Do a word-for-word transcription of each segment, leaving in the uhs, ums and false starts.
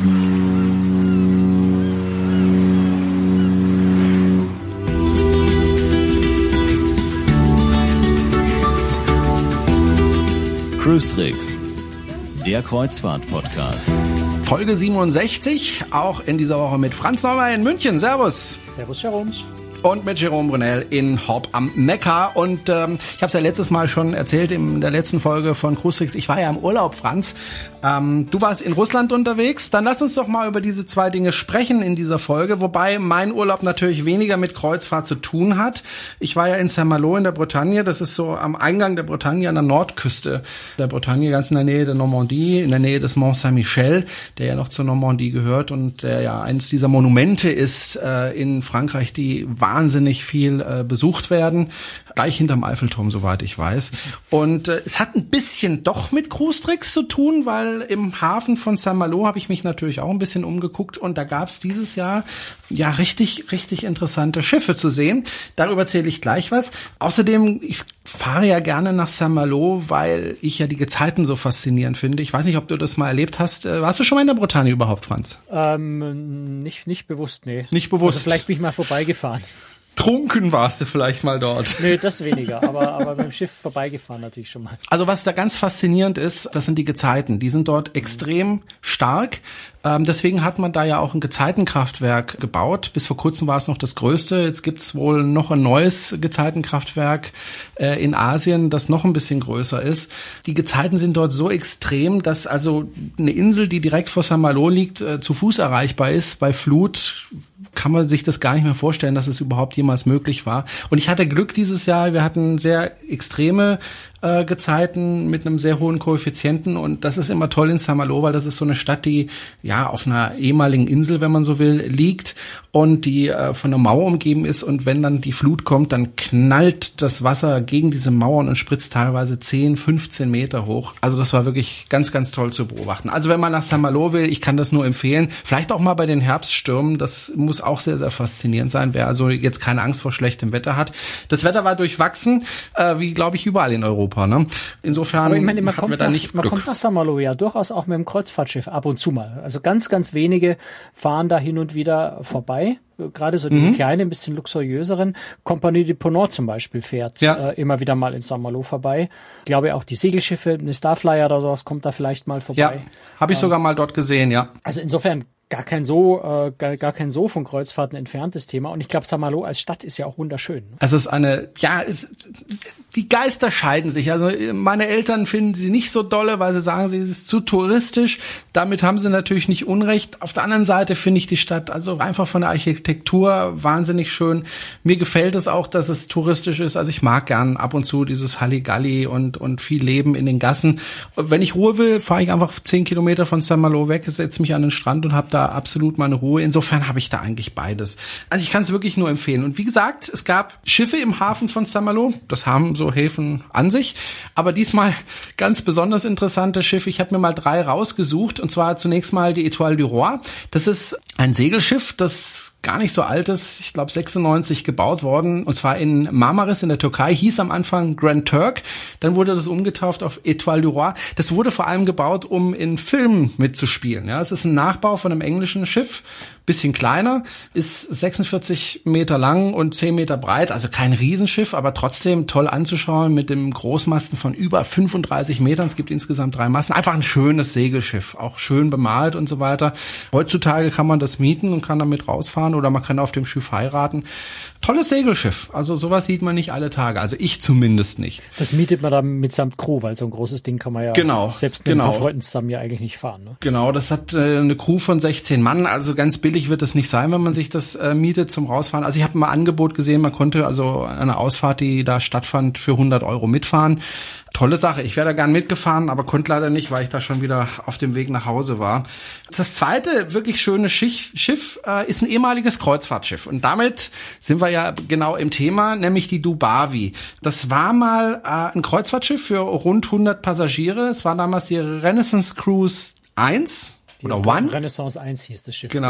Cruise Tricks, der Kreuzfahrt-Podcast. Folge siebenundsechzig, auch in dieser Woche mit Franz Neumann in München. Servus. Servus, Jerome. Und mit Jerome Brunel in Horb am Neckar. Und ähm, ich habe es ja letztes Mal schon erzählt in der letzten Folge von Cruise Tricks. Ich war ja im Urlaub, Franz. Ähm, du warst in Russland unterwegs. Dann lass uns doch mal über diese zwei Dinge sprechen in dieser Folge. Wobei mein Urlaub natürlich weniger mit Kreuzfahrt zu tun hat. Ich war ja in Saint-Malo in der Bretagne. Das ist so am Eingang der Bretagne an der Nordküste der Bretagne, ganz in der Nähe der Normandie, in der Nähe des Mont Saint-Michel, der ja noch zur Normandie gehört und der ja eins dieser Monumente ist äh, in Frankreich, die wahnsinnig viel äh, besucht werden, gleich hinterm Eiffelturm, soweit ich weiß. Und äh, es hat ein bisschen doch mit Cruise Tricks zu tun, weil im Hafen von Saint-Malo habe ich mich natürlich auch ein bisschen umgeguckt und da gab es dieses Jahr ja richtig, richtig interessante Schiffe zu sehen. Darüber erzähle ich gleich was. Außerdem, ich fahre ja gerne nach Saint-Malo, weil ich ja die Gezeiten so faszinierend finde. Ich weiß nicht, ob du das mal erlebt hast. Äh, warst du schon mal in der Bretagne überhaupt, Franz? Ähm, nicht, nicht bewusst, nee. Nicht bewusst. Also vielleicht bin ich mal vorbeigefahren. Trunken warst du vielleicht mal dort. Nee, das weniger, aber, aber beim Schiff vorbeigefahren natürlich schon mal. Also was da ganz faszinierend ist, das sind die Gezeiten. Die sind dort extrem stark. Ähm, deswegen hat man da ja auch ein Gezeitenkraftwerk gebaut. Bis vor kurzem war es noch das größte. Jetzt gibt's wohl noch ein neues Gezeitenkraftwerk äh, in Asien, das noch ein bisschen größer ist. Die Gezeiten sind dort so extrem, dass also eine Insel, die direkt vor Saint-Malo liegt, äh, zu Fuß erreichbar ist. Bei Flut kann man sich das gar nicht mehr vorstellen, dass es überhaupt jemals möglich war. Und ich hatte Glück dieses Jahr. Wir hatten sehr extreme äh, Gezeiten mit einem sehr hohen Koeffizienten und das ist immer toll in Saint-Malo, weil das ist so eine Stadt, die ja auf einer ehemaligen Insel, wenn man so will, liegt und die äh, von einer Mauer umgeben ist und wenn dann die Flut kommt, dann knallt das Wasser gegen diese Mauern und spritzt teilweise zehn, fünfzehn Meter hoch. Also das war wirklich ganz, ganz toll zu beobachten. Also wenn man nach Saint-Malo will, ich kann das nur empfehlen. Vielleicht auch mal bei den Herbststürmen, das muss auch sehr, sehr faszinierend sein, wer also jetzt keine Angst vor schlechtem Wetter hat. Das Wetter war durchwachsen, äh, wie glaube ich überall in Europa. Ne? Insofern aber ich meine, man hatten wir kommt da nach, nicht man Glück. kommt nach Saint-Malo ja durchaus auch mit dem Kreuzfahrtschiff ab und zu mal. Also ganz, ganz wenige fahren da hin und wieder vorbei. Gerade so diese mhm. kleinen, ein bisschen luxuriöseren. Compagnie du Ponant zum Beispiel fährt ja. äh, immer wieder mal in Saint-Malo vorbei. Ich glaube auch die Segelschiffe, eine Starflyer oder sowas kommt da vielleicht mal vorbei. Ja, habe ich ähm, sogar mal dort gesehen, ja. Also insofern gar kein so äh, gar, gar kein so von Kreuzfahrten entferntes Thema. Und ich glaube, Saint-Malo als Stadt ist ja auch wunderschön. Ne? Es ist eine, ja, es, die Geister scheiden sich. Also meine Eltern finden sie nicht so dolle, weil sie sagen, sie ist zu touristisch. Damit haben sie natürlich nicht Unrecht. Auf der anderen Seite finde ich die Stadt also einfach von der Architektur wahnsinnig schön. Mir gefällt es auch, dass es touristisch ist. Also ich mag gern ab und zu dieses Halligalli und und viel Leben in den Gassen. Und wenn ich Ruhe will, fahre ich einfach zehn Kilometer von Saint-Malo weg, setze mich an den Strand und habe da absolut meine Ruhe. Insofern habe ich da eigentlich beides. Also ich kann es wirklich nur empfehlen. Und wie gesagt, es gab Schiffe im Hafen von Saint-Malo. Das haben so Häfen an sich. Aber diesmal ganz besonders interessante Schiffe. Ich habe mir mal drei rausgesucht. Und zwar zunächst mal die Étoile du Roi. Das ist ein Segelschiff, das gar nicht so alt ist. Ich glaube sechsundneunzig gebaut worden. Und zwar in Marmaris in der Türkei. Hieß am Anfang Grand Turk. Dann wurde das umgetauft auf Étoile du Roi. Das wurde vor allem gebaut, um in Filmen mitzuspielen. Ja, es ist ein Nachbau von einem englischen Schiff, bisschen kleiner, ist sechsundvierzig Meter lang und zehn Meter breit, also kein Riesenschiff, aber trotzdem toll anzuschauen mit dem Großmasten von über fünfunddreißig Metern. Es gibt insgesamt drei Masten. Einfach ein schönes Segelschiff, auch schön bemalt und so weiter. Heutzutage kann man das mieten und kann damit rausfahren oder man kann auf dem Schiff heiraten. Tolles Segelschiff, also sowas sieht man nicht alle Tage, also ich zumindest nicht. Das mietet man dann mitsamt Crew, weil so ein großes Ding kann man ja genau, selbst mit genau. ein paar Freunden zusammen ja eigentlich nicht fahren. Ne? Genau, das hat äh, eine Crew von sechzehn Mann, also ganz billig wird das nicht sein, wenn man sich das äh, mietet zum Rausfahren. Also ich habe mal ein Angebot gesehen, man konnte also eine Ausfahrt, die da stattfand, für hundert Euro mitfahren. Tolle Sache. Ich wäre da gern mitgefahren, aber konnte leider nicht, weil ich da schon wieder auf dem Weg nach Hause war. Das zweite wirklich schöne Schiff, Schiff äh, ist ein ehemaliges Kreuzfahrtschiff. Und damit sind wir ja genau im Thema, nämlich die Dubavi. Das war mal äh, ein Kreuzfahrtschiff für rund hundert Passagiere. Es war damals die Renaissance Cruise eins. Oder One? Renaissance eins hieß das Schiff. Genau.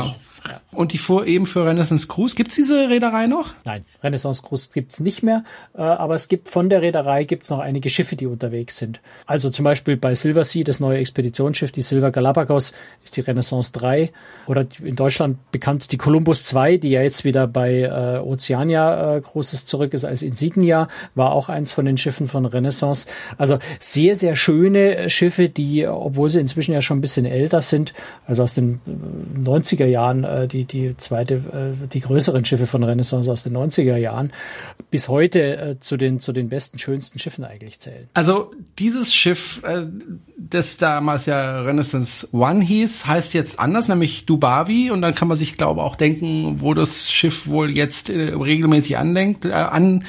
Ja. Und die fuhr eben für Renaissance Cruise. Gibt's diese Reederei noch? Nein, Renaissance Cruise gibt's nicht mehr, äh, aber es gibt von der Reederei gibt's noch einige Schiffe, die unterwegs sind. Also zum Beispiel bei Silversea, das neue Expeditionsschiff, die Silver Galapagos, ist die Renaissance drei. Oder in Deutschland bekannt die Columbus zwei, die ja jetzt wieder bei äh, Oceania äh, Cruises zurück ist als Insignia, war auch eins von den Schiffen von Renaissance. Also sehr, sehr schöne Schiffe, die, obwohl sie inzwischen ja schon ein bisschen älter sind, also aus den neunziger Jahren, äh, die die zweite, äh, die größeren Schiffe von Renaissance aus den neunziger Jahren, bis heute äh, zu den zu den besten, schönsten Schiffen eigentlich zählen. Also dieses Schiff, äh, das damals ja Renaissance One hieß, heißt jetzt anders, nämlich Dubavi, und dann kann man sich, glaube ich, auch denken, wo das Schiff wohl jetzt äh, regelmäßig anlenkt, äh, anlegt,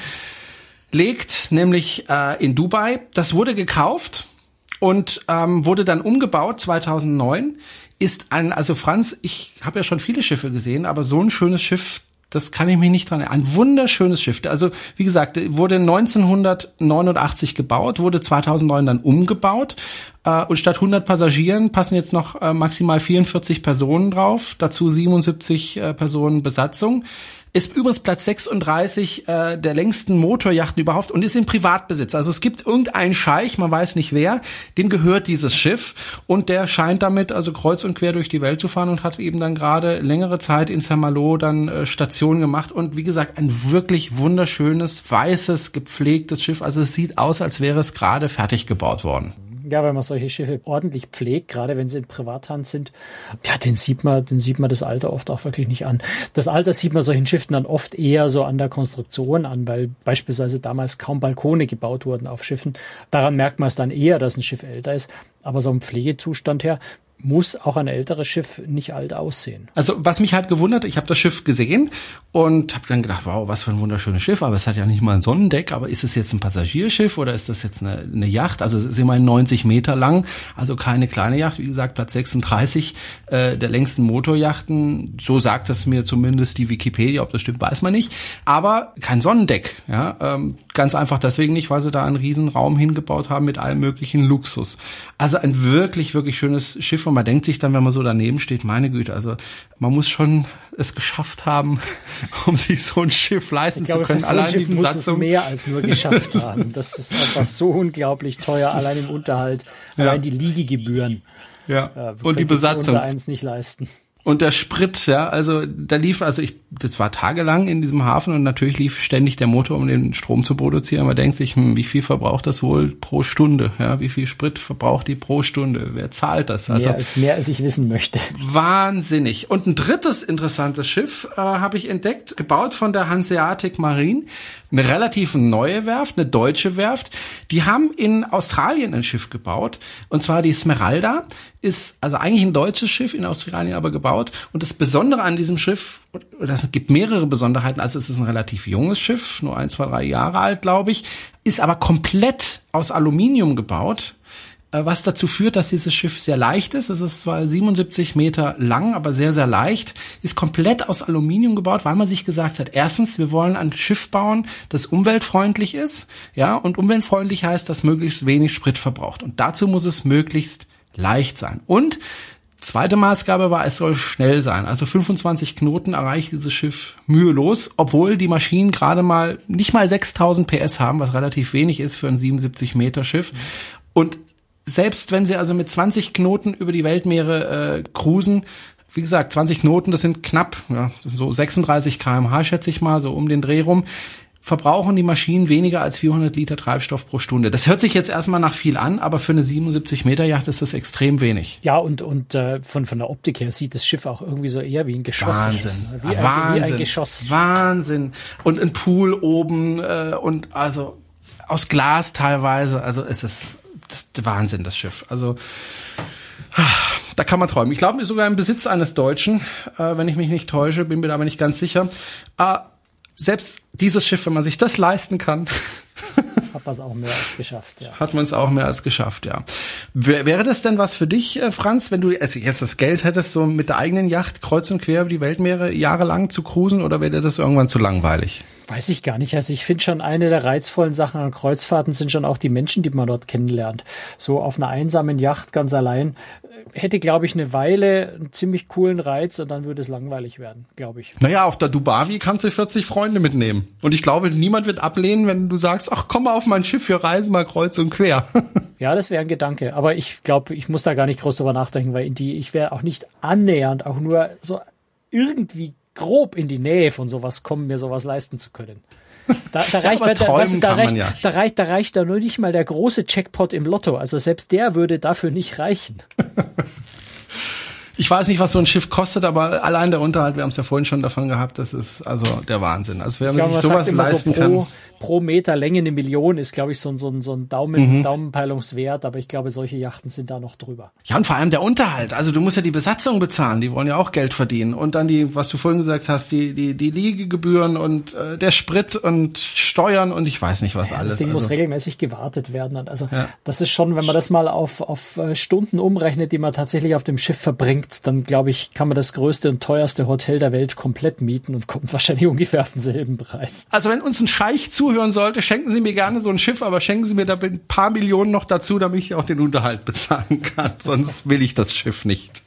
nämlich äh, in Dubai. Das wurde gekauft und ähm, wurde dann umgebaut zweitausendneun. Ist ein, also Franz, ich habe ja schon viele Schiffe gesehen, aber so ein schönes Schiff, das kann ich mich nicht dran erinnern. Ein wunderschönes Schiff. Also wie gesagt, wurde neunzehnhundertneunundachtzig gebaut, wurde zweitausendneun dann umgebaut. Äh, und statt hundert Passagieren passen jetzt noch äh, maximal vierundvierzig Personen drauf, dazu siebenundsiebzig äh, Personen Besatzung. Ist übrigens Platz sechsunddreißig äh, der längsten Motorjachten überhaupt und ist in Privatbesitz. Also es gibt irgendeinen Scheich, man weiß nicht wer, dem gehört dieses Schiff und der scheint damit also kreuz und quer durch die Welt zu fahren und hat eben dann gerade längere Zeit in Saint-Malo dann äh, Station gemacht und wie gesagt, ein wirklich wunderschönes, weißes, gepflegtes Schiff. Also es sieht aus, als wäre es gerade fertig gebaut worden. Ja, wenn man solche Schiffe ordentlich pflegt, gerade wenn sie in Privathand sind, ja, den sieht man, den sieht man das Alter oft auch wirklich nicht an. Das Alter sieht man solchen Schiffen dann oft eher so an der Konstruktion an, weil beispielsweise damals kaum Balkone gebaut wurden auf Schiffen. Daran merkt man es dann eher, dass ein Schiff älter ist. Aber so im Pflegezustand her muss auch ein älteres Schiff nicht alt aussehen. Also was mich halt gewundert, ich habe das Schiff gesehen und habe dann gedacht, wow, was für ein wunderschönes Schiff, aber es hat ja nicht mal ein Sonnendeck, aber ist es jetzt ein Passagierschiff oder ist das jetzt eine, eine Yacht? Also es ist immerhin neunzig Meter lang, also keine kleine Yacht, wie gesagt, Platz sechsunddreißig äh, der längsten Motorjachten, so sagt es mir zumindest die Wikipedia, ob das stimmt, weiß man nicht, aber kein Sonnendeck, ja, ähm, ganz einfach deswegen nicht, weil sie da einen riesen Raum hingebaut haben mit allem möglichen Luxus. Also ein wirklich, wirklich schönes Schiff. Und man denkt sich dann, wenn man so daneben steht, meine Güte, also man muss schon es geschafft haben, um sich so ein Schiff leisten ich glaube, zu können. So allein Schiff die Besatzung. Muss es mehr als nur geschafft haben. Das ist einfach so unglaublich teuer, allein im Unterhalt, ja. allein die Liegegebühren. Ja. Äh, und die Besatzung. Unser eins nicht leisten. Und der Sprit, ja, also da lief, also ich, das war tagelang in diesem Hafen und natürlich lief ständig der Motor, um den Strom zu produzieren. Man denkt sich, hm, wie viel verbraucht das wohl pro Stunde? Ja, wie viel Sprit verbraucht die pro Stunde? Wer zahlt das? Also mehr als, mehr als ich wissen möchte. Wahnsinnig. Und ein drittes interessantes Schiff äh, habe ich entdeckt, gebaut von der Hanseatic Marine. Eine relativ neue Werft, eine deutsche Werft. Die haben in Australien ein Schiff gebaut. Und zwar die Smeralda. Ist also eigentlich ein deutsches Schiff, in Australien aber gebaut. Und das Besondere an diesem Schiff, das gibt mehrere Besonderheiten. Also es ist ein relativ junges Schiff, nur ein, zwei, drei Jahre alt, glaube ich. Ist aber komplett aus Aluminium gebaut. Was dazu führt, dass dieses Schiff sehr leicht ist. Es ist zwar siebenundsiebzig Meter lang, aber sehr, sehr leicht. Ist komplett aus Aluminium gebaut, weil man sich gesagt hat, erstens, wir wollen ein Schiff bauen, das umweltfreundlich ist. Ja, und umweltfreundlich heißt, dass möglichst wenig Sprit verbraucht. Und dazu muss es möglichst leicht sein. Und zweite Maßgabe war, es soll schnell sein. Also fünfundzwanzig Knoten erreicht dieses Schiff mühelos, obwohl die Maschinen gerade mal nicht mal sechstausend P S haben, was relativ wenig ist für ein siebenundsiebzig Meter Schiff. Und selbst wenn sie also mit zwanzig Knoten über die Weltmeere äh, cruisen, wie gesagt, zwanzig Knoten, das sind knapp, ja, das sind so sechsunddreißig Kilometer pro Stunde, schätze ich mal, so um den Dreh rum, verbrauchen die Maschinen weniger als vierhundert Liter Treibstoff pro Stunde. Das hört sich jetzt erstmal nach viel an, aber für eine siebenundsiebzig Meter Yacht ist das extrem wenig. Ja, und und äh, von von der Optik her sieht das Schiff auch irgendwie so eher wie ein Geschoss. Wahnsinn, aus, wie, ein, Wahnsinn, wie ein Geschoss. Wahnsinn. Und ein Pool oben äh, und also aus Glas teilweise. Also es ist, das ist Wahnsinn, das Schiff. Also da kann man träumen. Ich glaube, sogar im Besitz eines Deutschen, äh, wenn ich mich nicht täusche, bin mir aber nicht ganz sicher. Äh, Selbst dieses Schiff, wenn man sich das leisten kann, hat man es auch mehr als geschafft, ja. Hat man es auch mehr als geschafft, ja. Wäre das denn was für dich, Franz, wenn du jetzt das Geld hättest, so mit der eigenen Yacht kreuz und quer über die Weltmeere jahrelang zu cruisen, oder wäre dir das irgendwann zu langweilig? Weiß ich gar nicht. Also ich finde schon, eine der reizvollen Sachen an Kreuzfahrten sind schon auch die Menschen, die man dort kennenlernt. So auf einer einsamen Yacht ganz allein hätte, glaube ich, eine Weile einen ziemlich coolen Reiz und dann würde es langweilig werden, glaube ich. Naja, auf der Dubavi kannst du vierzig Freunde mitnehmen. Und ich glaube, niemand wird ablehnen, wenn du sagst, ach, komm mal auf mein Schiff, wir reisen mal kreuz und quer. Ja, das wäre ein Gedanke. Aber ich glaube, ich muss da gar nicht groß drüber nachdenken, weil in die, ich wäre auch nicht annähernd, auch nur so irgendwie grob in die Nähe von sowas kommen, mir sowas leisten zu können. Da, da, reicht, ja, da, weißt du, da, reicht, ja. da reicht, da reicht da nur nicht mal der große Jackpot im Lotto. Also selbst der würde dafür nicht reichen. Ich weiß nicht, was so ein Schiff kostet, aber allein der Unterhalt, wir haben es ja vorhin schon davon gehabt, das ist also der Wahnsinn. Also wer sich sowas leisten so pro, kann. Pro Meter Länge eine Million ist, glaube ich, so, so, so ein Daumen, Mhm. Daumenpeilungswert, aber ich glaube, solche Yachten sind da noch drüber. Ja, und vor allem der Unterhalt. Also du musst ja die Besatzung bezahlen, die wollen ja auch Geld verdienen. Und dann die, was du vorhin gesagt hast, die die die Liegegebühren und äh, der Sprit und Steuern und ich weiß nicht was Ja, alles. das Ding also, muss regelmäßig gewartet werden. Also ja. das ist schon, wenn man das mal auf, auf Stunden umrechnet, die man tatsächlich auf dem Schiff verbringt, dann glaube ich, kann man das größte und teuerste Hotel der Welt komplett mieten und kommt wahrscheinlich ungefähr auf denselben Preis. Also wenn uns ein Scheich zuhören sollte, schenken Sie mir gerne so ein Schiff, aber schenken Sie mir da ein paar Millionen noch dazu, damit ich auch den Unterhalt bezahlen kann. Sonst will ich das Schiff nicht.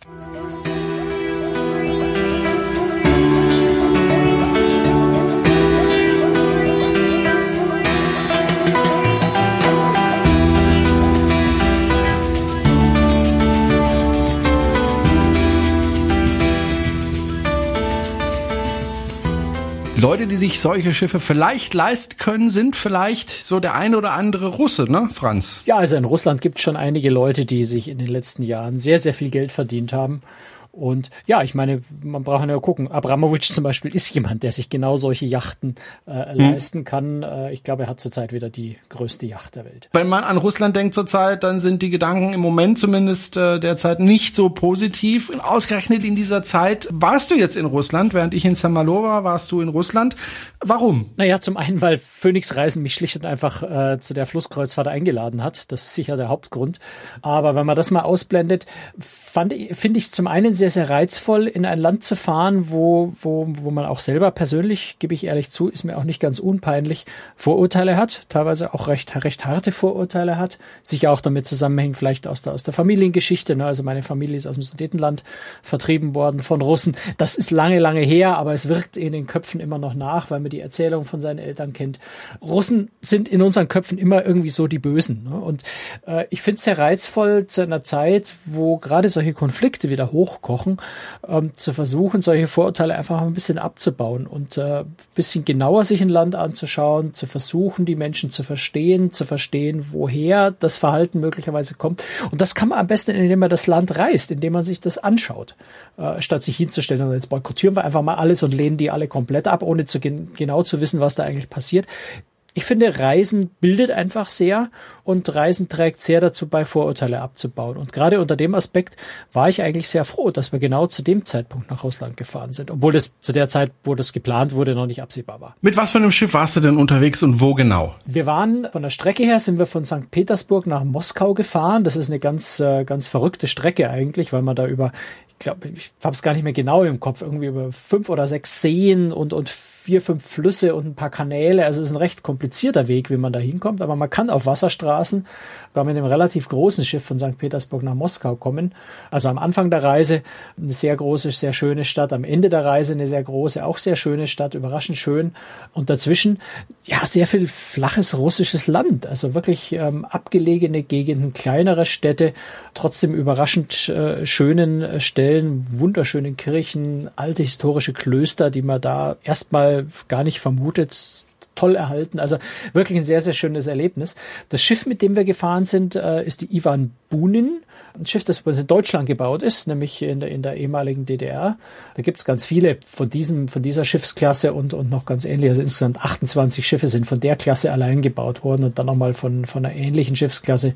Leute, die sich solche Schiffe vielleicht leisten können, sind vielleicht so der eine oder andere Russe, ne, Franz? Ja, also in Russland gibt es schon einige Leute, die sich in den letzten Jahren sehr, sehr viel Geld verdient haben. Und ja, ich meine, man braucht ja gucken. Abramowitsch zum Beispiel ist jemand, der sich genau solche Yachten äh, hm. leisten kann. Äh, ich glaube, er hat zurzeit wieder die größte Yacht der Welt. Wenn man an Russland denkt zurzeit, dann sind die Gedanken im Moment zumindest äh, derzeit nicht so positiv. Und ausgerechnet in dieser Zeit warst du jetzt in Russland, während ich in Saint-Malo war, warst du in Russland. Warum? Naja, zum einen, weil Phoenix Reisen mich schlicht und einfach äh, zu der Flusskreuzfahrt eingeladen hat. Das ist sicher der Hauptgrund. Aber wenn man das mal ausblendet, fand ich, finde ich es zum einen sehr, sehr reizvoll, in ein Land zu fahren, wo, wo, wo man auch selber persönlich, gebe ich ehrlich zu, ist mir auch nicht ganz unpeinlich, Vorurteile hat, teilweise auch recht, recht harte Vorurteile hat, sicher auch damit zusammenhängt, vielleicht aus der, aus der Familiengeschichte, ne? Also meine Familie ist aus dem Sudetenland vertrieben worden von Russen. Das ist lange, lange her, aber es wirkt in den Köpfen immer noch nach, weil man die Erzählung von seinen Eltern kennt. Russen sind in unseren Köpfen immer irgendwie so die Bösen, ne? Und äh, ich finde es sehr reizvoll, zu einer Zeit, wo gerade solche Konflikte wieder hochkochen, ähm, zu versuchen, solche Vorurteile einfach ein bisschen abzubauen und äh, ein bisschen genauer sich ein Land anzuschauen, zu versuchen, die Menschen zu verstehen, zu verstehen, woher das Verhalten möglicherweise kommt. Und das kann man am besten, indem man das Land reist, indem man sich das anschaut, äh, statt sich hinzustellen und jetzt boykottieren wir einfach mal alles und lehnen die alle komplett ab, ohne zu gen- genau zu wissen, was da eigentlich passiert. Ich finde, Reisen bildet einfach sehr und Reisen trägt sehr dazu bei, Vorurteile abzubauen. Und gerade unter dem Aspekt war ich eigentlich sehr froh, dass wir genau zu dem Zeitpunkt nach Russland gefahren sind, obwohl das zu der Zeit, wo das geplant wurde, noch nicht absehbar war. Mit was für einem Schiff warst du denn unterwegs und wo genau? Wir waren von der Strecke her, sind wir von Sankt Petersburg nach Moskau gefahren. Das ist eine ganz, ganz verrückte Strecke eigentlich, weil man da über, ich glaube, ich habe es gar nicht mehr genau im Kopf, irgendwie über fünf oder sechs Seen und, und vier, fünf Flüsse und ein paar Kanäle. Also es ist ein recht komplizierter Weg, wie man da hinkommt. Aber man kann auf Wasserstraßen gar mit einem relativ großen Schiff von Sankt Petersburg nach Moskau kommen. Also am Anfang der Reise eine sehr große, sehr schöne Stadt. Am Ende der Reise eine sehr große, auch sehr schöne Stadt, überraschend schön. Und dazwischen, ja, sehr viel flaches russisches Land. Also wirklich ähm, abgelegene Gegenden, kleinere Städte, trotzdem überraschend äh, schönen äh, Stellen, wunderschönen Kirchen, alte historische Klöster, die man da erstmal gar nicht vermutet, toll erhalten. Also wirklich ein sehr, sehr schönes Erlebnis. Das Schiff, mit dem wir gefahren sind, äh, ist die Ivan Bunin. Ein Schiff, das übrigens in Deutschland gebaut ist, nämlich in der, in der ehemaligen D D R. Da gibt es ganz viele von diesem, von dieser Schiffsklasse und, und noch ganz ähnlich. Also insgesamt achtundzwanzig Schiffe sind von der Klasse allein gebaut worden und dann nochmal von, von einer ähnlichen Schiffsklasse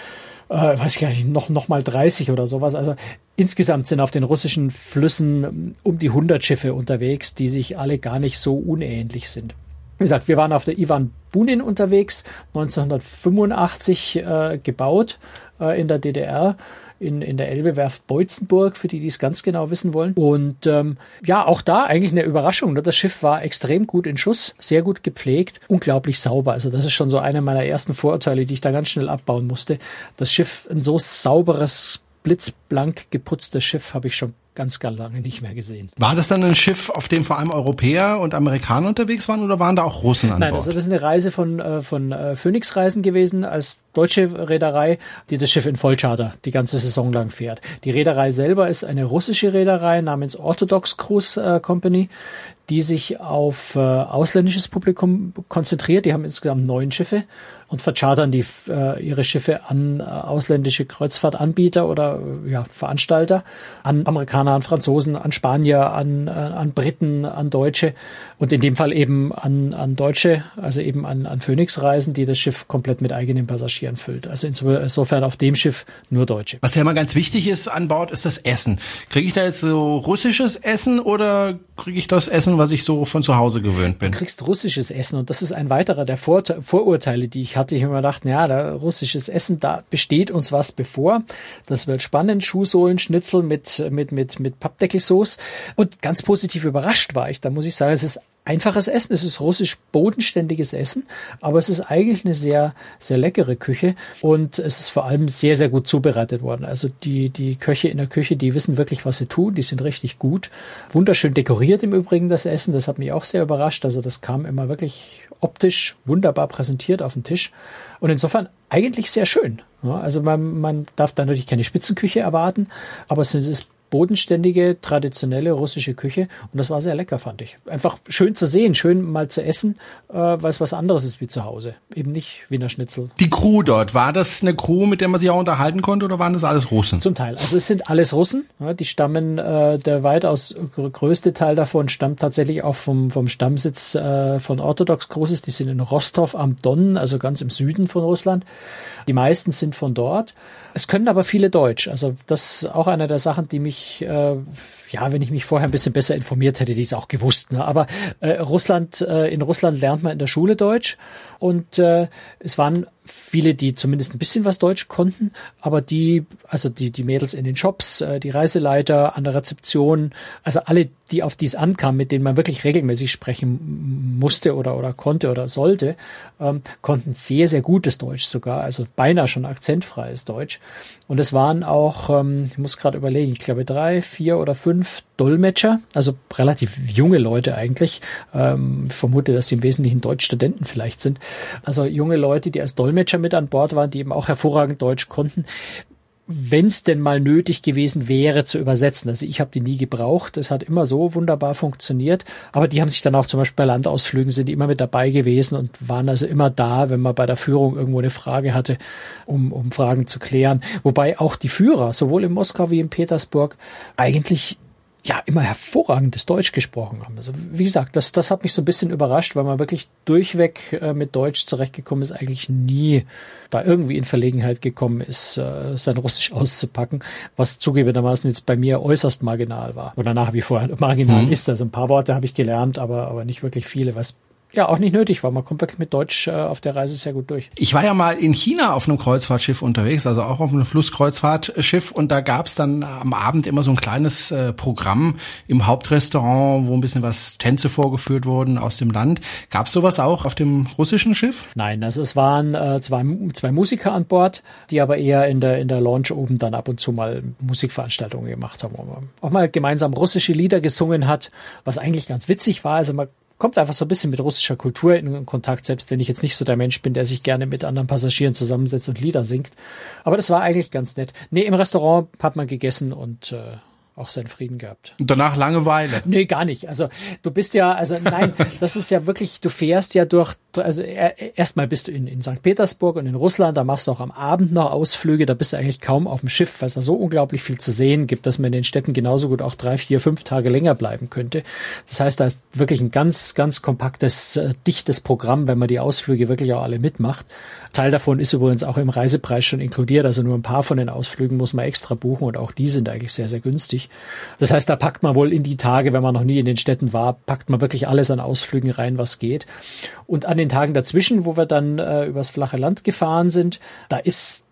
Äh, weiß ich gar nicht, noch, noch mal dreißig oder sowas. Also insgesamt sind auf den russischen Flüssen um die hundert Schiffe unterwegs, die sich alle gar nicht so unähnlich sind. Wie gesagt, wir waren auf der Ivan Bunin unterwegs, neunzehnhundertfünfundachtzig äh, gebaut äh, in der D D R. in, in der Elbe-Werft Beutzenburg, für die, die es ganz genau wissen wollen. Und ähm, ja, auch da eigentlich eine Überraschung. Ne? Das Schiff war extrem gut in Schuss, sehr gut gepflegt, unglaublich sauber. Also das ist schon so einer meiner ersten Vorurteile, die ich da ganz schnell abbauen musste. Das Schiff, ein so sauberes, blitzblank geputztes Schiff habe ich schon ganz, ganz lange nicht mehr gesehen. War das dann ein Schiff, auf dem vor allem Europäer und Amerikaner unterwegs waren oder waren da auch Russen an Nein, Bord? Nein, also das ist eine Reise von, äh, von äh, Phoenix Reisen gewesen als deutsche Reederei, die das Schiff in Vollcharter die ganze Saison lang fährt. Die Reederei selber ist eine russische Reederei namens Orthodox Cruise äh, Company, die sich auf äh, ausländisches Publikum konzentriert. Die haben insgesamt neun Schiffe und verchartern die äh, ihre Schiffe an äh, ausländische Kreuzfahrtanbieter oder äh, ja, Veranstalter, an Amerikaner, an Franzosen, an Spanier, an, äh, an Briten, an Deutsche und in dem Fall eben an, an Deutsche, also eben an, an Phoenix Reisen, die das Schiff komplett mit eigenen Passagieren füllt. Also insofern auf dem Schiff nur Deutsche. Was ja immer ganz wichtig ist an Bord, ist das Essen. Kriege ich da jetzt so russisches Essen oder kriege ich das Essen, was ich so von zu Hause gewöhnt bin? Du kriegst russisches Essen und das ist ein weiterer der Vorte- Vorurteile, die ich hatte. Ich habe mir gedacht, ja, da russisches Essen, da besteht uns was bevor. Das wird spannend. Schuhsohlen, Schnitzel mit, mit, mit, mit Pappdeckelsauce. Und ganz positiv überrascht war ich. Da muss ich sagen, es ist einfaches Essen, es ist russisch bodenständiges Essen, aber es ist eigentlich eine sehr, sehr leckere Küche und es ist vor allem sehr, sehr gut zubereitet worden. Also die, die Köche in der Küche, die wissen wirklich, was sie tun, die sind richtig gut. Wunderschön dekoriert im Übrigen das Essen, das hat mich auch sehr überrascht. Also das kam immer wirklich optisch wunderbar präsentiert auf den Tisch und insofern eigentlich sehr schön. Ja, also man, man darf da natürlich keine Spitzenküche erwarten, aber es ist bodenständige, traditionelle russische Küche und das war sehr lecker, fand ich. Einfach schön zu sehen, schön mal zu essen, äh, weil es was anderes ist wie zu Hause. Eben nicht Wiener Schnitzel. Die Crew dort, war das eine Crew, mit der man sich auch unterhalten konnte oder waren das alles Russen? Zum Teil. Also es sind alles Russen. Ja, die stammen, äh, der weitaus größte Teil davon stammt tatsächlich auch vom, vom Stammsitz äh, von Orthodox Cruises. Die sind in Rostov am Don, also ganz im Süden von Russland. Die meisten sind von dort. Es können aber viele Deutsch. Also das ist auch eine der Sachen, die mich, äh, ja, wenn ich mich vorher ein bisschen besser informiert hätte, die ist auch gewusst. Ne? Aber äh, Russland, äh, in Russland lernt man in der Schule Deutsch und äh, es waren viele, die zumindest ein bisschen was Deutsch konnten, aber die, also die, die Mädels in den Shops, äh, die Reiseleiter an der Rezeption, also alle, die auf dies ankamen, mit denen man wirklich regelmäßig sprechen musste oder, oder konnte oder sollte, ähm, konnten sehr, sehr gutes Deutsch sogar, also beinahe schon akzentfreies Deutsch. Und es waren auch, ähm, ich muss gerade überlegen, ich glaube drei, vier oder fünf Dolmetscher, also relativ junge Leute eigentlich. Ähm, ich vermute, dass sie im Wesentlichen Deutschstudenten vielleicht sind. Also junge Leute, die als Dolmetscher mit an Bord waren, die eben auch hervorragend Deutsch konnten. Wenn es denn mal nötig gewesen wäre, zu übersetzen. Also ich habe die nie gebraucht. Es hat immer so wunderbar funktioniert. Aber die haben sich dann auch zum Beispiel bei Landausflügen sind die immer mit dabei gewesen und waren also immer da, wenn man bei der Führung irgendwo eine Frage hatte, um, um Fragen zu klären. Wobei auch die Führer, sowohl in Moskau wie in Petersburg, eigentlich ja immer hervorragendes Deutsch gesprochen haben. Also wie gesagt, das das hat mich so ein bisschen überrascht, weil man wirklich durchweg äh, mit Deutsch zurechtgekommen ist, eigentlich nie da irgendwie in Verlegenheit gekommen ist, äh, sein Russisch auszupacken, was zugegebenermaßen jetzt bei mir äußerst marginal war. Oder nach wie vor marginal mhm. ist. Also ein paar Worte habe ich gelernt, aber aber nicht wirklich viele, was ja auch nicht nötig war. Man kommt wirklich mit Deutsch äh, auf der Reise sehr gut durch. Ich war ja mal in China auf einem Kreuzfahrtschiff unterwegs, also auch auf einem Flusskreuzfahrtschiff und da gab's dann am Abend immer so ein kleines äh, Programm im Hauptrestaurant, wo ein bisschen was Tänze vorgeführt wurden aus dem Land. Gab's sowas auch auf dem russischen Schiff? Nein, also es waren äh, zwei, zwei Musiker an Bord, die aber eher in der in der Lounge oben dann ab und zu mal Musikveranstaltungen gemacht haben, wo man auch mal gemeinsam russische Lieder gesungen hat, was eigentlich ganz witzig war. Also man kommt einfach so ein bisschen mit russischer Kultur in Kontakt, selbst wenn ich jetzt nicht so der Mensch bin, der sich gerne mit anderen Passagieren zusammensetzt und Lieder singt. Aber das war eigentlich ganz nett. Nee, im Restaurant hat man gegessen und äh, auch seinen Frieden gehabt. Und danach Langeweile? Nee, gar nicht. Also du bist ja, also nein, das ist ja wirklich, du fährst ja durch, also erstmal bist du in, in Sankt Petersburg und in Russland, da machst du auch am Abend noch Ausflüge, da bist du eigentlich kaum auf dem Schiff, weil es da so unglaublich viel zu sehen gibt, dass man in den Städten genauso gut auch drei, vier, fünf Tage länger bleiben könnte. Das heißt, da ist wirklich ein ganz, ganz kompaktes, äh, dichtes Programm, wenn man die Ausflüge wirklich auch alle mitmacht. Teil davon ist übrigens auch im Reisepreis schon inkludiert, also nur ein paar von den Ausflügen muss man extra buchen und auch die sind eigentlich sehr, sehr günstig. Das heißt, da packt man wohl in die Tage, wenn man noch nie in den Städten war, packt man wirklich alles an Ausflügen rein, was geht. Und an den Tagen dazwischen, wo wir dann äh, übers flache Land gefahren sind, da ist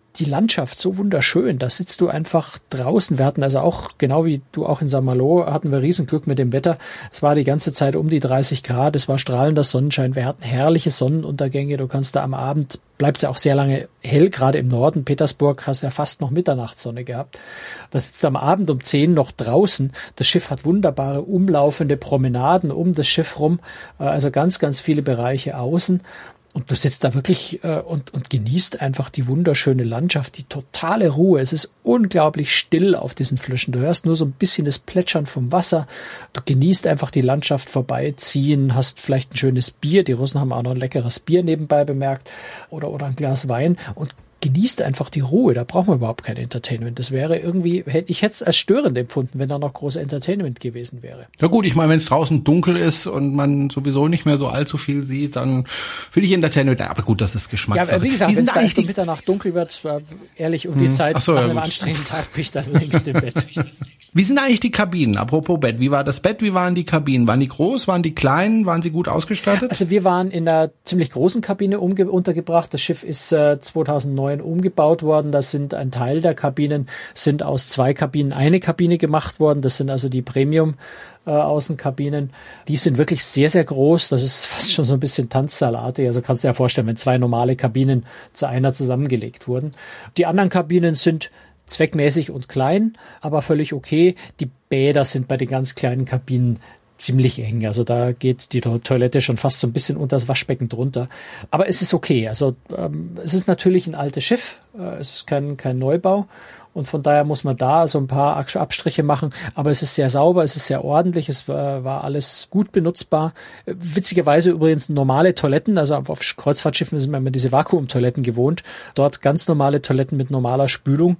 die Landschaft so wunderschön. Da sitzt du einfach draußen. Wir hatten also auch, genau wie du auch in Saint-Malo, hatten wir Riesenglück mit dem Wetter. Es war die ganze Zeit um die dreißig Grad. Es war strahlender Sonnenschein. Wir hatten herrliche Sonnenuntergänge. Du kannst da am Abend, bleibt es ja auch sehr lange hell, gerade im Norden. Petersburg hast ja fast noch Mitternachtssonne gehabt. Da sitzt du am Abend um zehn noch draußen. Das Schiff hat wunderbare umlaufende Promenaden um das Schiff rum. Also ganz, ganz viele Bereiche außen. Und du sitzt da wirklich äh, und, und genießt einfach die wunderschöne Landschaft, die totale Ruhe. Es ist unglaublich still auf diesen Flüssen. Du hörst nur so ein bisschen das Plätschern vom Wasser. Du genießt einfach die Landschaft vorbeiziehen, hast vielleicht ein schönes Bier. Die Russen haben auch noch ein leckeres Bier nebenbei bemerkt oder, oder ein Glas Wein und genießt einfach die Ruhe. Da braucht man überhaupt kein Entertainment. Das wäre irgendwie, ich hätte es als störend empfunden, wenn da noch großes Entertainment gewesen wäre. Ja gut, ich meine, wenn es draußen dunkel ist und man sowieso nicht mehr so allzu viel sieht, dann finde ich Entertainment, aber gut, das ist Geschmackssache. Ja, aber wie gesagt, wenn es da um Mitternacht dunkel wird, ehrlich, um die hm. Zeit so, nach ja, einem gut. anstrengenden Tag bin ich dann längst im Bett. Wie sind eigentlich die Kabinen? Apropos Bett, wie war das Bett, wie waren die Kabinen? Waren die groß, waren die klein, waren sie gut ausgestattet? Also wir waren in einer ziemlich großen Kabine umge- untergebracht. Das Schiff ist äh, zweitausendneun umgebaut worden. Das sind ein Teil der Kabinen, sind aus zwei Kabinen eine Kabine gemacht worden. Das sind also die Premium äh, Außenkabinen. Die sind wirklich sehr, sehr groß. Das ist fast schon so ein bisschen Tanzsaalartig. Also kannst du dir ja vorstellen, wenn zwei normale Kabinen zu einer zusammengelegt wurden. Die anderen Kabinen sind zweckmäßig und klein, aber völlig okay. Die Bäder sind bei den ganz kleinen Kabinen ziemlich eng. Also da geht die Toilette schon fast so ein bisschen unter das Waschbecken drunter. Aber es ist okay. Also ähm, es ist natürlich ein altes Schiff. Äh, es ist kein, kein Neubau. Und von daher muss man da so ein paar Abstriche machen. Aber es ist sehr sauber, es ist sehr ordentlich, es war, war alles gut benutzbar. Witzigerweise übrigens normale Toiletten, also auf Kreuzfahrtschiffen sind wir immer diese Vakuumtoiletten gewohnt. Dort ganz normale Toiletten mit normaler Spülung,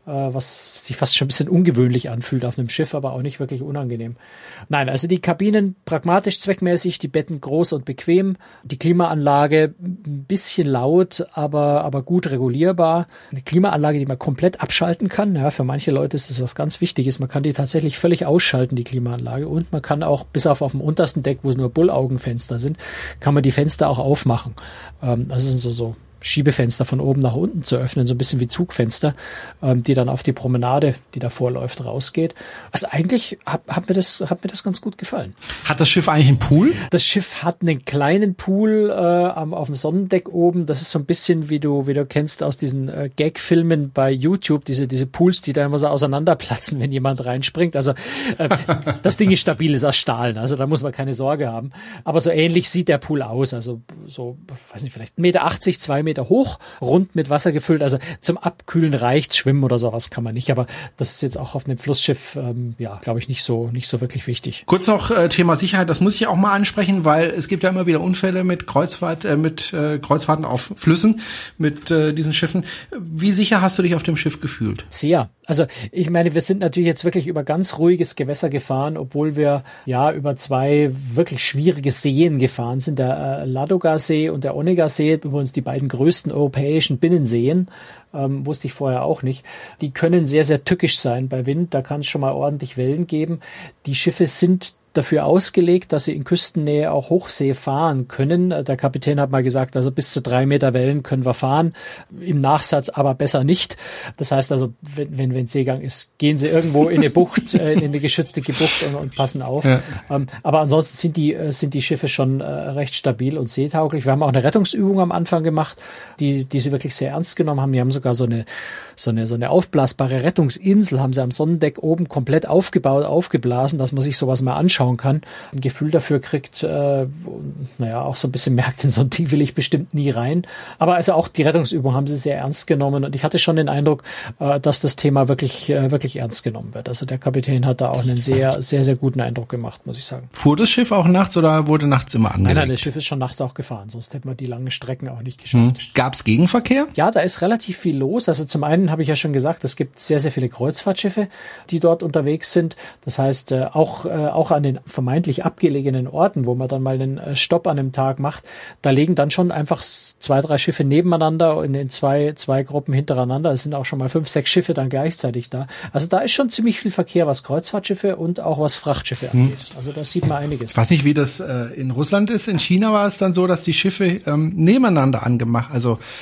was sich fast schon ein bisschen ungewöhnlich anfühlt auf einem Schiff, aber auch nicht wirklich unangenehm. Nein, also die Kabinen pragmatisch, zweckmäßig, die Betten groß und bequem, die Klimaanlage ein bisschen laut, aber, aber gut regulierbar. Eine Klimaanlage, die man komplett abschalten kann. Ja, für manche Leute ist das was ganz Wichtiges. Man kann die tatsächlich völlig ausschalten, die Klimaanlage. Und man kann auch, bis auf auf dem untersten Deck, wo es nur Bullaugenfenster sind, kann man die Fenster auch aufmachen. Ähm, das sind so, so Schiebefenster von oben nach unten zu öffnen, so ein bisschen wie Zugfenster, ähm, die dann auf die Promenade, die davor läuft, rausgeht. Also eigentlich hat, hat mir das hat mir das ganz gut gefallen. Hat das Schiff eigentlich einen Pool? Das Schiff hat einen kleinen Pool äh, am, auf dem Sonnendeck oben. Das ist so ein bisschen, wie du wie du kennst aus diesen äh, Gag-Filmen bei YouTube, diese diese Pools, die da immer so auseinanderplatzen, wenn jemand reinspringt. Also äh, das Ding ist stabil, ist aus Stahl, also da muss man keine Sorge haben. Aber so ähnlich sieht der Pool aus. Also so, weiß nicht, vielleicht eins Meter achtzig, zwei Meter hoch, rund mit Wasser gefüllt. Also zum Abkühlen reicht, schwimmen oder sowas kann man nicht. Aber das ist jetzt auch auf einem Flussschiff, ähm, ja, glaube ich, nicht so nicht so wirklich wichtig. Kurz noch äh, Thema Sicherheit, das muss ich auch mal ansprechen, weil es gibt ja immer wieder Unfälle mit Kreuzfahrt, äh, mit äh, Kreuzfahrten auf Flüssen, mit äh, diesen Schiffen. Wie sicher hast du dich auf dem Schiff gefühlt? Sehr. Also ich meine, wir sind natürlich jetzt wirklich über ganz ruhiges Gewässer gefahren, obwohl wir ja über zwei wirklich schwierige Seen gefahren sind. Der äh, Ladoga-See und der Onega-See, übrigens die beiden größten europäischen Binnenseen, ähm, wusste ich vorher auch nicht. Die können sehr, sehr tückisch sein bei Wind. Da kann es schon mal ordentlich Wellen geben. Die Schiffe sind dafür ausgelegt, dass sie in Küstennähe auch Hochsee fahren können. Der Kapitän hat mal gesagt, also bis zu drei Meter Wellen können wir fahren, im Nachsatz aber besser nicht. Das heißt also, wenn wenn, wenn Seegang ist, gehen sie irgendwo in eine Bucht, äh, in eine geschützte Bucht und, und passen auf. Ja. Ähm, aber ansonsten sind die sind die Schiffe schon äh, recht stabil und seetauglich. Wir haben auch eine Rettungsübung am Anfang gemacht, die die sie wirklich sehr ernst genommen haben. Die haben sogar so eine so eine so eine aufblasbare Rettungsinsel haben sie am Sonnendeck oben komplett aufgebaut, aufgeblasen, dass man sich sowas mal anschaut kann, ein Gefühl dafür kriegt, äh, naja, auch so ein bisschen merkt, in so ein Ding will ich bestimmt nie rein. Aber also auch die Rettungsübung haben sie sehr ernst genommen und ich hatte schon den Eindruck, äh, dass das Thema wirklich, äh, wirklich ernst genommen wird. Also der Kapitän hat da auch einen sehr, sehr, sehr guten Eindruck gemacht, muss ich sagen. Fuhr das Schiff auch nachts oder wurde nachts immer angelegt? Nein, nein, das Schiff ist schon nachts auch gefahren, sonst hätten wir die langen Strecken auch nicht geschafft. Hm. Gab es Gegenverkehr? Ja, da ist relativ viel los. Also zum einen habe ich ja schon gesagt, es gibt sehr, sehr viele Kreuzfahrtschiffe, die dort unterwegs sind. Das heißt, äh, auch, äh, auch an den vermeintlich abgelegenen Orten, wo man dann mal einen Stopp an einem Tag macht, da legen dann schon einfach zwei, drei Schiffe nebeneinander in, in zwei, zwei Gruppen hintereinander. Es sind auch schon mal fünf, sechs Schiffe dann gleichzeitig da. Also da ist schon ziemlich viel Verkehr, was Kreuzfahrtschiffe und auch was Frachtschiffe hm. angeht. Also da sieht man einiges. Ich weiß nicht, wie das äh, in Russland ist. In China war es dann so, dass die Schiffe ähm, nebeneinander angemacht, also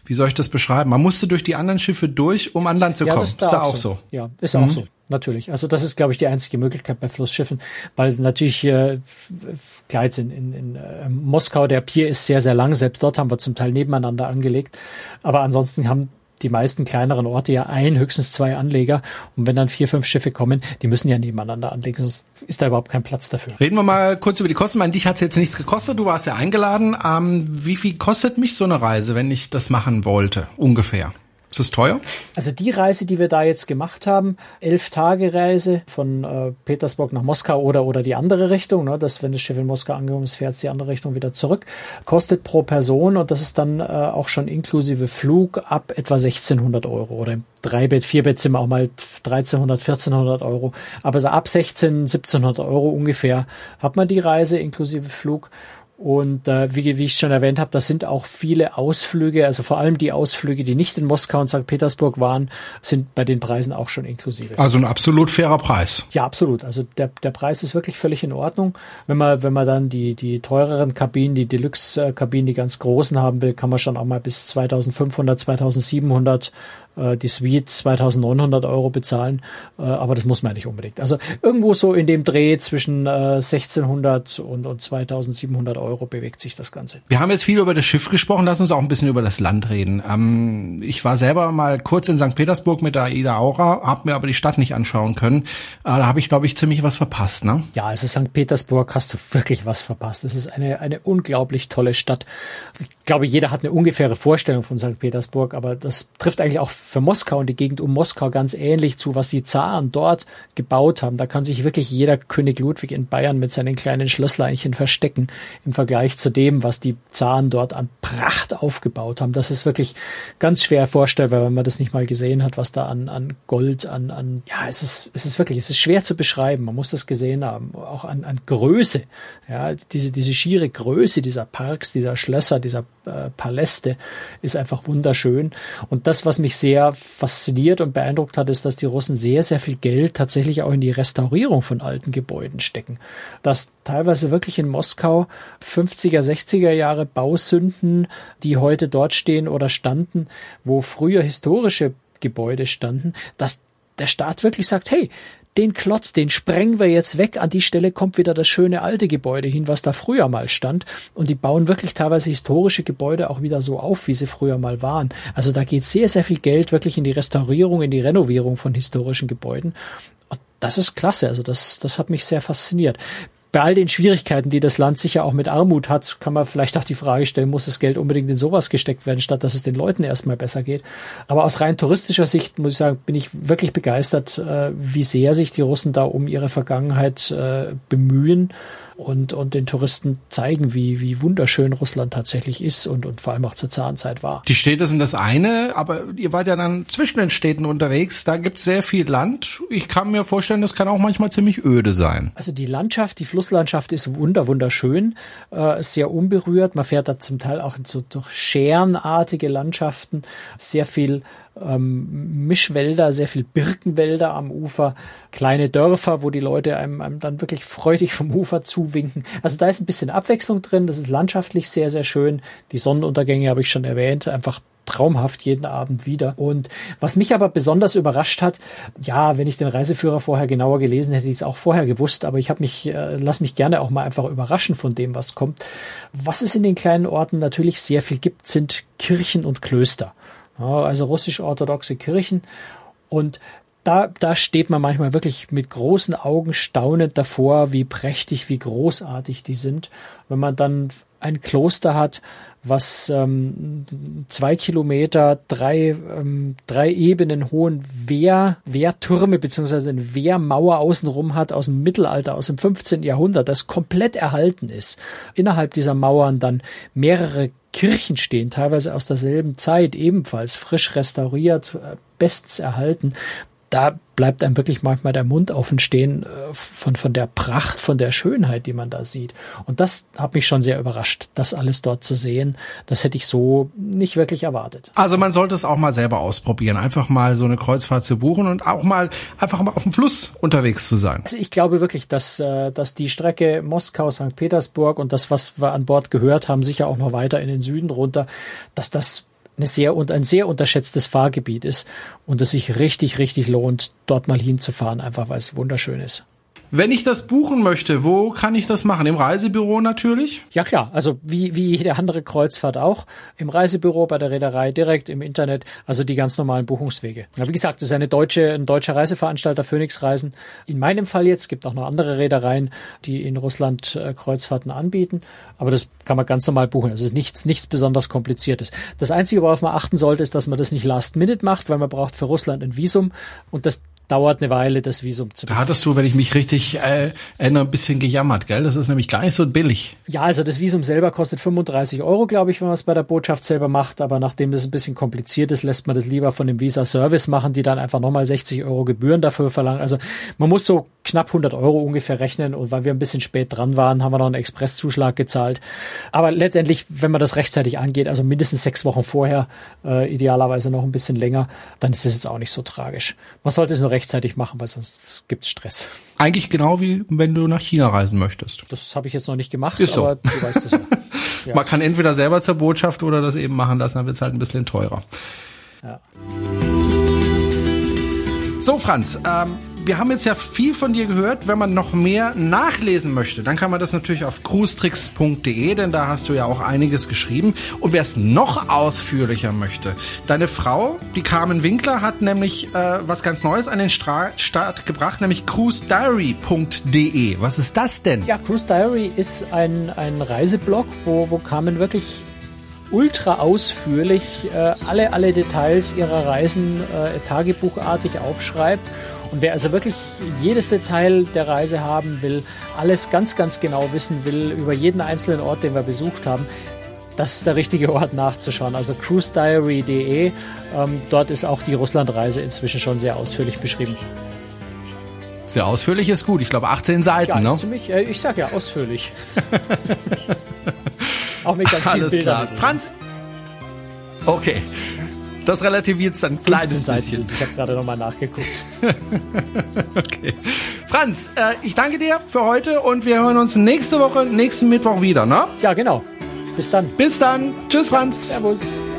wie soll ich das beschreiben? Man musste durch die anderen Schiffe durch, um an Land zu ja, kommen. Das ist da, da ist da auch so. so? Ja, ist mhm. auch so. Natürlich. Also das ist, glaube ich, die einzige Möglichkeit bei Flussschiffen, weil natürlich äh, klar jetzt in, in, in äh, Moskau, der Pier ist sehr, sehr lang. Selbst dort haben wir zum Teil nebeneinander angelegt. Aber ansonsten haben die meisten kleineren Orte ja ein, höchstens zwei Anleger. Und wenn dann vier, fünf Schiffe kommen, die müssen ja nebeneinander anlegen, sonst ist da überhaupt kein Platz dafür. Reden wir mal kurz über die Kosten. Mein, dich hat es jetzt nichts gekostet, du warst ja eingeladen. Ähm, wie viel kostet mich so eine Reise, wenn ich das machen wollte, ungefähr? Ist das teuer? Also die Reise, die wir da jetzt gemacht haben, elf Tage Reise von äh, Petersburg nach Moskau oder oder die andere Richtung, ne, dass wenn das Schiff in Moskau angekommen ist, fährt es die andere Richtung wieder zurück, kostet pro Person, und das ist dann äh, auch schon inklusive Flug, ab etwa sechzehnhundert Euro, oder im Drei-Bett-, Vier-Bett-Zimmer auch mal dreizehnhundert, vierzehnhundert Euro, aber so ab sechzehnhundert, siebzehnhundert Euro ungefähr hat man die Reise inklusive Flug. Und äh, wie, wie ich schon erwähnt habe, das sind auch viele Ausflüge, also vor allem die Ausflüge, die nicht in Moskau und Sankt Petersburg waren, sind bei den Preisen auch schon inklusive. Also ein absolut fairer Preis. Ja, absolut. Also der der Preis ist wirklich völlig in Ordnung. Wenn man wenn man dann die die teureren Kabinen, die Deluxe-Kabinen, die ganz großen haben will, kann man schon auch mal bis zweitausendfünfhundert, zweitausendsiebenhundert äh, die Suite zweitausendneunhundert Euro bezahlen. Äh, aber das muss man ja nicht unbedingt. Also irgendwo so in dem Dreh zwischen äh, sechzehnhundert und, und zweitausendsiebenhundert Euro bewegt sich das Ganze. Wir haben jetzt viel über das Schiff gesprochen, lass uns auch ein bisschen über das Land reden. Ähm, ich war selber mal kurz in Sankt Petersburg mit der Aida Aura, habe mir aber die Stadt nicht anschauen können. Äh, da habe ich, glaube ich, ziemlich was verpasst, ne? Ja, also Sankt Petersburg hast du wirklich was verpasst. Es ist eine eine unglaublich tolle Stadt. Ich glaube, jeder hat eine ungefähre Vorstellung von Sankt Petersburg, aber das trifft eigentlich auch für Moskau und die Gegend um Moskau ganz ähnlich zu, was die Zaren dort gebaut haben. Da kann sich wirklich jeder König Ludwig in Bayern mit seinen kleinen Schlössleinchen verstecken im Vergleich zu dem, was die Zaren dort an Pracht aufgebaut haben. Das ist wirklich ganz schwer vorstellbar, wenn man das nicht mal gesehen hat, was da an, an Gold, an, an, ja, es ist, es ist wirklich, es ist schwer zu beschreiben. Man muss das gesehen haben. Auch an, an Größe. Ja, diese, diese schiere Größe dieser Parks, dieser Schlösser, dieser äh, Paläste ist einfach wunderschön. Und das, was mich sehr fasziniert und beeindruckt hat, ist, dass die Russen sehr, sehr viel Geld tatsächlich auch in die Restaurierung von alten Gebäuden stecken. Dass teilweise wirklich in Moskau fünfziger, sechziger Jahre Bausünden, die heute dort stehen oder standen, wo früher historische Gebäude standen, dass der Staat wirklich sagt, hey, den Klotz, den sprengen wir jetzt weg, an die Stelle kommt wieder das schöne alte Gebäude hin, was da früher mal stand, und die bauen wirklich teilweise historische Gebäude auch wieder so auf, wie sie früher mal waren. Also da geht sehr, sehr viel Geld wirklich in die Restaurierung, in die Renovierung von historischen Gebäuden, und das ist klasse, also das, das hat mich sehr fasziniert. Bei all den Schwierigkeiten, die das Land sicher auch mit Armut hat, kann man vielleicht auch die Frage stellen, muss das Geld unbedingt in sowas gesteckt werden, statt dass es den Leuten erstmal besser geht. Aber aus rein touristischer Sicht, muss ich sagen, bin ich wirklich begeistert, äh, wie sehr sich die Russen da um ihre Vergangenheit äh, bemühen und und den Touristen zeigen, wie wie wunderschön Russland tatsächlich ist und und vor allem auch zur Zarenzeit war. Die Städte sind das eine, aber ihr wart ja dann zwischen den Städten unterwegs. Da gibt's sehr viel Land. Ich kann mir vorstellen, das kann auch manchmal ziemlich öde sein. Also die Landschaft, die Flusslandschaft ist wunder wunderschön, äh, sehr unberührt. Man fährt da zum Teil auch in so durch scherenartige Landschaften, sehr viel ähm, Mischwälder, sehr viel Birkenwälder am Ufer, kleine Dörfer, wo die Leute einem, einem dann wirklich freudig vom Ufer zuwinken. Also da ist ein bisschen Abwechslung drin, das ist landschaftlich sehr, sehr schön. Die Sonnenuntergänge habe ich schon erwähnt, einfach traumhaft jeden Abend wieder. Und was mich aber besonders überrascht hat, ja, wenn ich den Reiseführer vorher genauer gelesen hätte, hätte ich es auch vorher gewusst, aber ich habe mich, äh, lass mich gerne auch mal einfach überraschen von dem, was kommt. Was es in den kleinen Orten natürlich sehr viel gibt, sind Kirchen und Klöster. Ja, also russisch-orthodoxe Kirchen. Und Da, da steht man manchmal wirklich mit großen Augen staunend davor, wie prächtig, wie großartig die sind. Wenn man dann ein Kloster hat, was ähm, zwei Kilometer, drei, ähm, drei Ebenen hohen Wehr, Wehrtürme beziehungsweise eine Wehrmauer außenrum hat aus dem Mittelalter, aus dem fünfzehnten Jahrhundert, das komplett erhalten ist. Innerhalb dieser Mauern dann mehrere Kirchen stehen, teilweise aus derselben Zeit, ebenfalls frisch restauriert, bestens erhalten. Da bleibt einem wirklich manchmal der Mund offen stehen von, von der Pracht, von der Schönheit, die man da sieht. Und das hat mich schon sehr überrascht, das alles dort zu sehen. Das hätte ich so nicht wirklich erwartet. Also man sollte es auch mal selber ausprobieren. Einfach mal so eine Kreuzfahrt zu buchen und auch mal einfach mal auf dem Fluss unterwegs zu sein. Also ich glaube wirklich, dass, dass die Strecke Moskau-Sankt Petersburg und das, was wir an Bord gehört haben, sicher auch noch weiter in den Süden runter, dass das eine sehr und ein sehr unterschätztes Fahrgebiet ist und es sich richtig, richtig lohnt, dort mal hinzufahren, einfach weil es wunderschön ist. Wenn ich das buchen möchte, wo kann ich das machen? Im Reisebüro natürlich? Ja klar, also wie wie jede andere Kreuzfahrt auch. Im Reisebüro, bei der Reederei, direkt im Internet, also die ganz normalen Buchungswege. Ja, wie gesagt, das ist eine deutsche, ein deutscher Reiseveranstalter, Phoenix Reisen. In meinem Fall jetzt, gibt auch noch andere Reedereien, die in Russland äh, Kreuzfahrten anbieten, aber das kann man ganz normal buchen. Also es ist nichts, nichts besonders Kompliziertes. Das Einzige, worauf man achten sollte, ist, dass man das nicht last minute macht, weil man braucht für Russland ein Visum und das dauert eine Weile, das Visum zu bekommen. Da hattest du, wenn ich mich richtig äh, erinnere, ein bisschen gejammert, gell? Das ist nämlich gar nicht so billig. Ja, also das Visum selber kostet fünfunddreißig Euro, glaube ich, wenn man es bei der Botschaft selber macht. Aber nachdem das ein bisschen kompliziert ist, lässt man das lieber von dem Visa-Service machen, die dann einfach nochmal sechzig Euro Gebühren dafür verlangen. Also man muss so knapp hundert Euro ungefähr rechnen. Und weil wir ein bisschen spät dran waren, haben wir noch einen Expresszuschlag gezahlt. Aber letztendlich, wenn man das rechtzeitig angeht, also mindestens sechs Wochen vorher, äh, idealerweise noch ein bisschen länger, dann ist es jetzt auch nicht so tragisch. Man sollte es nur rechtzeitig machen, weil sonst gibt's Stress. Eigentlich genau wie wenn du nach China reisen möchtest. Das habe ich jetzt noch nicht gemacht, ist so. Aber du weißt es ja. Ja. Man kann entweder selber zur Botschaft oder das eben machen lassen, dann wird's halt ein bisschen teurer. Ja. So, Franz, ähm, wir haben jetzt ja viel von dir gehört. Wenn man noch mehr nachlesen möchte, dann kann man das natürlich auf cruistricks punkt de, denn da hast du ja auch einiges geschrieben. Und wer es noch ausführlicher möchte, deine Frau, die Carmen Winkler, hat nämlich äh, was ganz Neues an den Stra- Start gebracht, nämlich cruise diary punkt de. Was ist das denn? Ja, Cruise Diary ist ein, ein Reiseblog, wo, wo Carmen wirklich ultra ausführlich äh, alle, alle Details ihrer Reisen äh, tagebuchartig aufschreibt. Und wer also wirklich jedes Detail der Reise haben will, alles ganz, ganz genau wissen will, über jeden einzelnen Ort, den wir besucht haben, das ist der richtige Ort nachzuschauen. Also cruise diary punkt de, ähm, dort ist auch die Russlandreise inzwischen schon sehr ausführlich beschrieben. Sehr ausführlich ist gut. Ich glaube achtzehn Seiten, ja, ne? Ist ziemlich, äh, ich sag ja ausführlich. Auch mit ganz vielen Alles Bildern. klar. Franz? Okay. Das relativiert es dann ein kleines bisschen. Ich habe gerade nochmal nachgeguckt. Okay. Franz, äh, ich danke dir für heute und wir hören uns nächste Woche, nächsten Mittwoch wieder, ne? Ja, genau. Bis dann. Bis dann. Tschüss, Franz. Servus.